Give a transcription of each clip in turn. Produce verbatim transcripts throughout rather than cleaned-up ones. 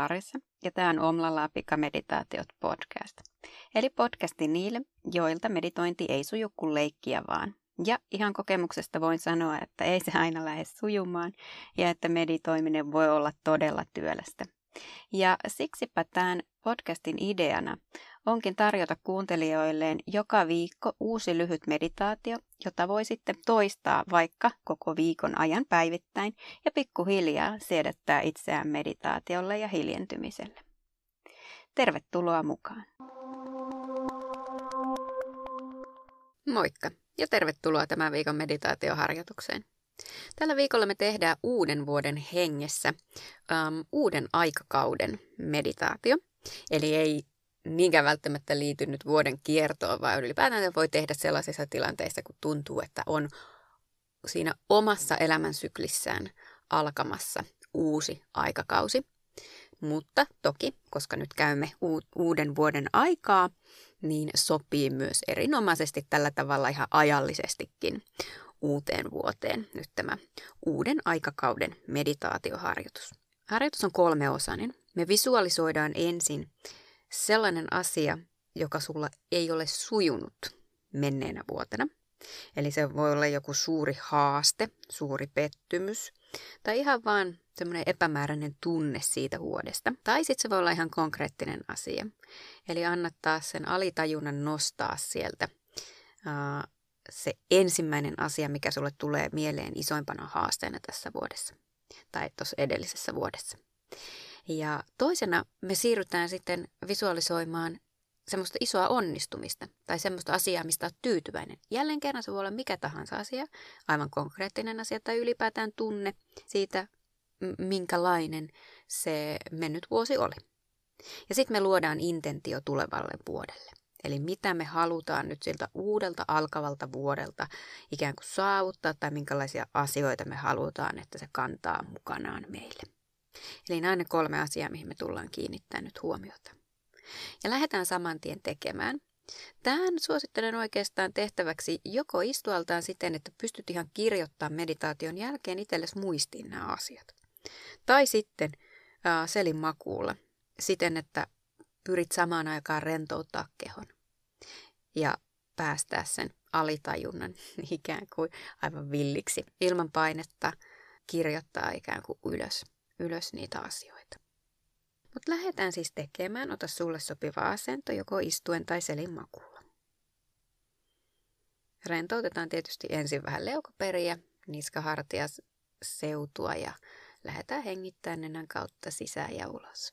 parissa ja tämä on Omlala Pika-meditaatiot podcast. Eli podcasti niille, joilta meditointi ei suju kuin leikkiä vaan. Ja ihan kokemuksesta voin sanoa, että ei se aina lähde sujumaan ja että meditoiminen voi olla todella työlästä. Ja siksipä tämän podcastin ideana onkin tarjota kuuntelijoilleen joka viikko uusi lyhyt meditaatio, jota voi sitten toistaa vaikka koko viikon ajan päivittäin ja pikkuhiljaa siedättää itseään meditaatiolle ja hiljentymiselle. Tervetuloa mukaan! Moikka ja tervetuloa tämän viikon meditaatioharjoitukseen. Tällä viikolla me tehdään uuden vuoden hengessä um, uuden aikakauden meditaatio. Eli ei niinkään välttämättä liity nyt vuoden kiertoon, vaan ylipäätään voi tehdä sellaisissa tilanteissa, kun tuntuu, että on siinä omassa elämänsyklissään alkamassa uusi aikakausi. Mutta toki, koska nyt käymme u- uuden vuoden aikaa, niin sopii myös erinomaisesti tällä tavalla ihan ajallisestikin uuteen vuoteen nyt tämä uuden aikakauden meditaatioharjoitus. Harjoitus on kolmeosainen. Me visualisoidaan ensin sellainen asia, joka sulla ei ole sujunut menneenä vuotena. Eli se voi olla joku suuri haaste, suuri pettymys tai ihan vaan semmoinen epämääräinen tunne siitä vuodesta. Tai sitten se voi olla ihan konkreettinen asia. Eli anna taas sen alitajunnan nostaa sieltä uh, se ensimmäinen asia, mikä sulle tulee mieleen isoimpana haasteena tässä vuodessa tai tuossa edellisessä vuodessa. Ja toisena me siirrytään sitten visualisoimaan semmoista isoa onnistumista tai semmoista asiaa, mistä olet tyytyväinen. Jälleen kerran se voi olla mikä tahansa asia, aivan konkreettinen asia tai ylipäätään tunne siitä, minkälainen se mennyt vuosi oli. Ja sitten me luodaan intentio tulevalle vuodelle. Eli mitä me halutaan nyt siltä uudelta alkavalta vuodelta ikään kuin saavuttaa tai minkälaisia asioita me halutaan, että se kantaa mukanaan meille. Eli nämä on ne kolme asiaa, mihin me tullaan kiinnittämään nyt huomiota. Ja lähdetään saman tien tekemään. Tähän suosittelen oikeastaan tehtäväksi joko istualtaan siten, että pystyt ihan kirjoittamaan meditaation jälkeen itsellesi muistiin nämä asiat. Tai sitten äh, selin makuulla siten, että pyrit samaan aikaan rentouttaa kehon ja päästää sen alitajunnan ikään kuin aivan villiksi ilman painetta kirjoittaa ikään kuin ylös, ylös niitä asioita. Mutta lähdetään siis tekemään. Ota sulle sopiva asento joko istuen tai selin makuulla. Rentoutetaan tietysti ensin vähän leukoperiä, niskahartia, seutua ja lähdetään hengittämään nenän kautta sisään ja ulos.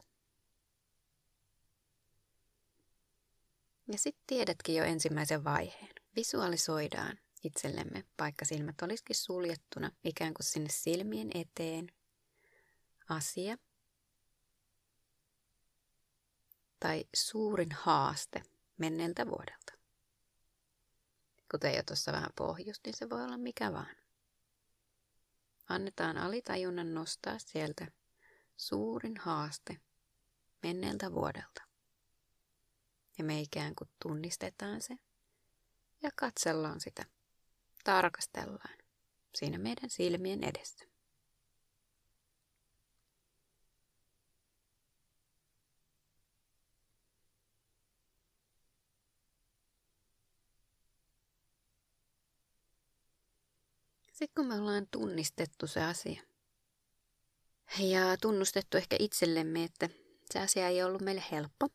Ja sitten tiedätkin jo ensimmäisen vaiheen. Visualisoidaan itsellemme, vaikka silmät olisikin suljettuna, ikään kuin sinne silmien eteen asia tai suurin haaste menneeltä vuodelta. Kuten jo tuossa vähän pohjustin, niin se voi olla mikä vaan. Annetaan alitajunnan nostaa sieltä suurin haaste menneeltä vuodelta. Ja me ikään kuin tunnistetaan se ja katsellaan sitä, tarkastellaan siinä meidän silmien edessä. Sitten kun me ollaan tunnistettu se asia ja tunnustettu ehkä itsellemme, että se asia ei ollut meille helppo,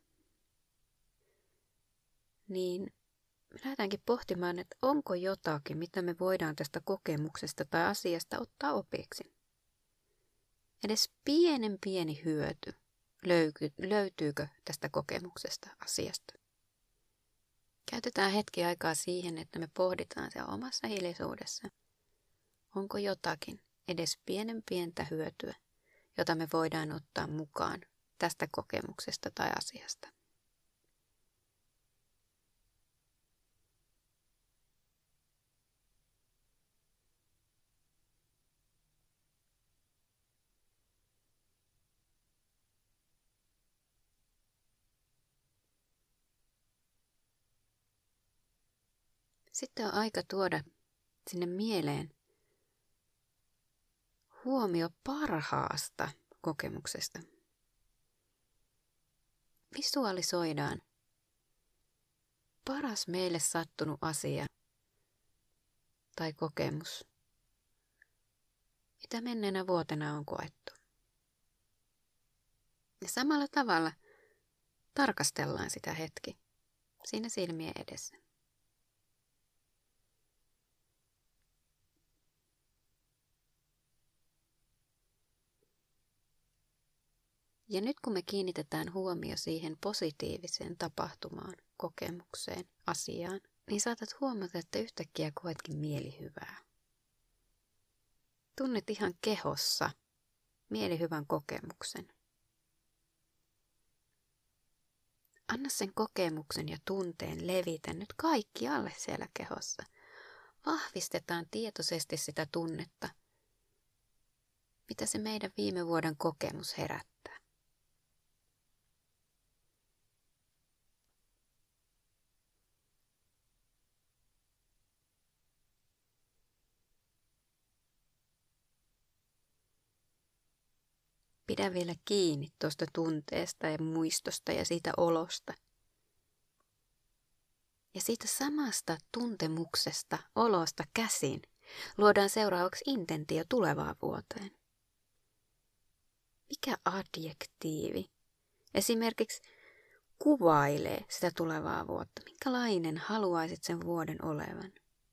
niin me lähdetäänkin pohtimaan, että onko jotakin, mitä me voidaan tästä kokemuksesta tai asiasta ottaa opiksi. Edes pienen pieni hyöty löytyykö tästä kokemuksesta, asiasta. Käytetään hetki aikaa siihen, että me pohditaan siellä omassa hiljaisuudessa. Onko jotakin, edes pienen pientä hyötyä, jota me voidaan ottaa mukaan tästä kokemuksesta tai asiasta. Sitten on aika tuoda sinne mieleen huomio parhaasta kokemuksesta. visualisoidaan paras meille sattunut asia tai kokemus, mitä menneenä vuotena on koettu. Ja samalla tavalla tarkastellaan sitä hetki siinä silmien edessä. Ja nyt kun me kiinnitetään huomio siihen positiiviseen tapahtumaan, kokemukseen, asiaan, niin saatat huomata, että yhtäkkiä koetkin mielihyvää. Tunnet ihan kehossa mielihyvän kokemuksen. Anna sen kokemuksen ja tunteen levitä nyt kaikkialle siellä kehossa. Vahvistetaan tietoisesti sitä tunnetta, mitä se meidän viime vuoden kokemus herättää. Pidä vielä kiinni tuosta tunteesta ja muistosta ja siitä olosta. Ja siitä samasta tuntemuksesta, olosta käsin luodaan seuraavaksi intentio tulevaan vuoteen. Mikä adjektiivi esimerkiksi kuvailee sitä tulevaa vuotta? Minkälainen haluaisit sen vuoden olevan?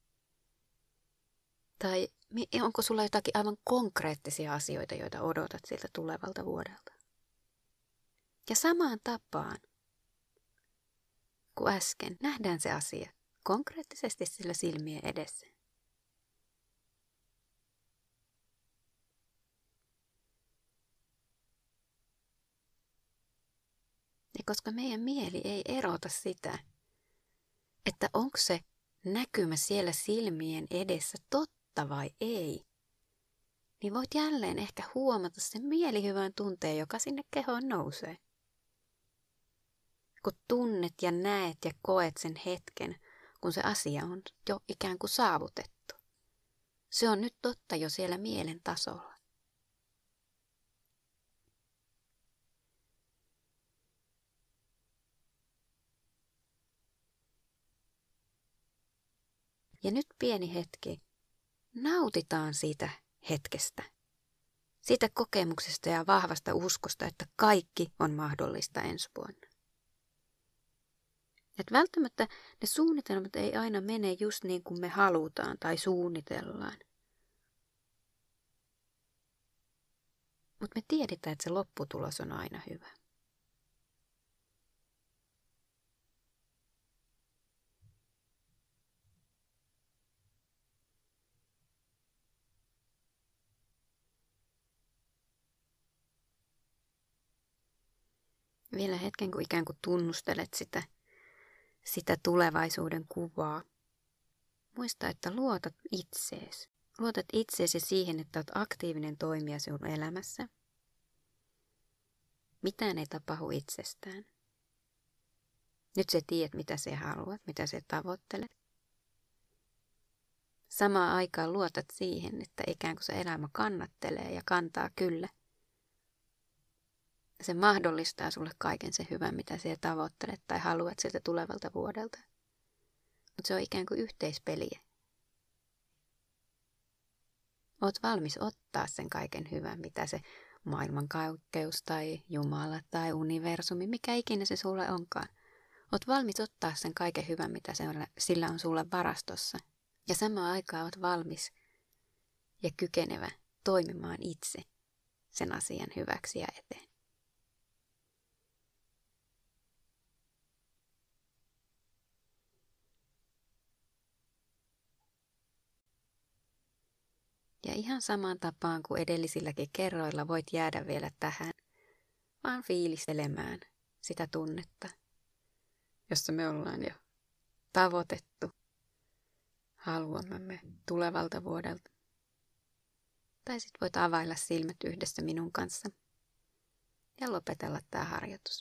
Tai onko sulla jotakin aivan konkreettisia asioita, joita odotat siltä tulevalta vuodelta? Ja samaan tapaan kuin äsken, nähdään se asia konkreettisesti sillä silmien edessä. Ja koska meidän mieli ei erota sitä, että onko se näkymä siellä silmien edessä totta vai ei, niin voit jälleen ehkä huomata sen mielihyvän tunteen, joka sinne kehoon nousee. Kun tunnet ja näet ja koet sen hetken, kun se asia on jo ikään kuin saavutettu. Se on nyt totta jo siellä mielen tasolla. Ja nyt pieni hetki. Nautitaan siitä hetkestä, siitä kokemuksesta ja vahvasta uskosta, että kaikki on mahdollista ensi vuonna. Että välttämättä ne suunnitelmat ei aina mene just niin kuin me halutaan tai suunnitellaan. Mutta me tiedetään, että se lopputulos on aina hyvä. Vielä hetken, kun ikään kuin tunnustelet sitä, sitä tulevaisuuden kuvaa. Muista, että luotat itseesi. Luotat itseesi siihen, että olet aktiivinen toimija sinun elämässä. Mitään ei tapahdu itsestään. Nyt sä tiedät, mitä sä haluat, mitä sä tavoittelet. Samaan aikaan luotat siihen, että ikään kuin se elämä kannattelee ja kantaa kyllä. Se mahdollistaa sulle kaiken sen hyvän, mitä sä tavoittelet tai haluat siltä tulevalta vuodelta. Mutta se on ikään kuin yhteispeliä. Oot valmis ottaa sen kaiken hyvän, mitä se maailmankaikkeus tai Jumala tai universumi, mikä ikinä se sulle onkaan. Oot valmis ottaa sen kaiken hyvän, mitä se on, sillä on sulle varastossa. Ja samaan aikaan oot valmis ja kykenevä toimimaan itse sen asian hyväksi ja eteen. Ja ihan samaan tapaan kuin edellisilläkin kerroilla voit jäädä vielä tähän, vaan fiilistelemään sitä tunnetta, jossa me ollaan jo tavoitettu haluamme tulevalta vuodelta. Tai sit voit availla silmät yhdessä minun kanssa ja lopetella tämä harjoitus.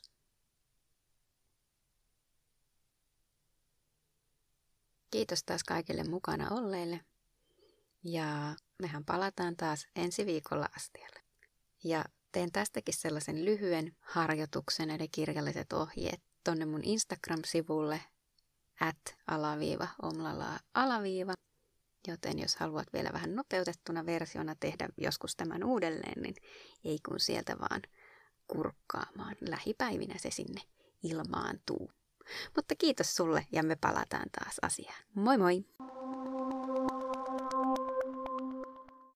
Kiitos taas kaikille mukana olleille. Ja mehän palataan taas ensi viikolla astialle. Ja teen tästäkin sellaisen lyhyen harjoituksen, eli kirjalliset ohjeet tonne mun Instagram-sivulle at alaviiva omlalaa alaviiva. Joten jos haluat vielä vähän nopeutettuna versiona tehdä joskus tämän uudelleen, niin ei kun sieltä vaan kurkkaamaan. Lähipäivinä se sinne ilmaantuu. Mutta kiitos sulle ja me palataan taas asiaan. Moi moi!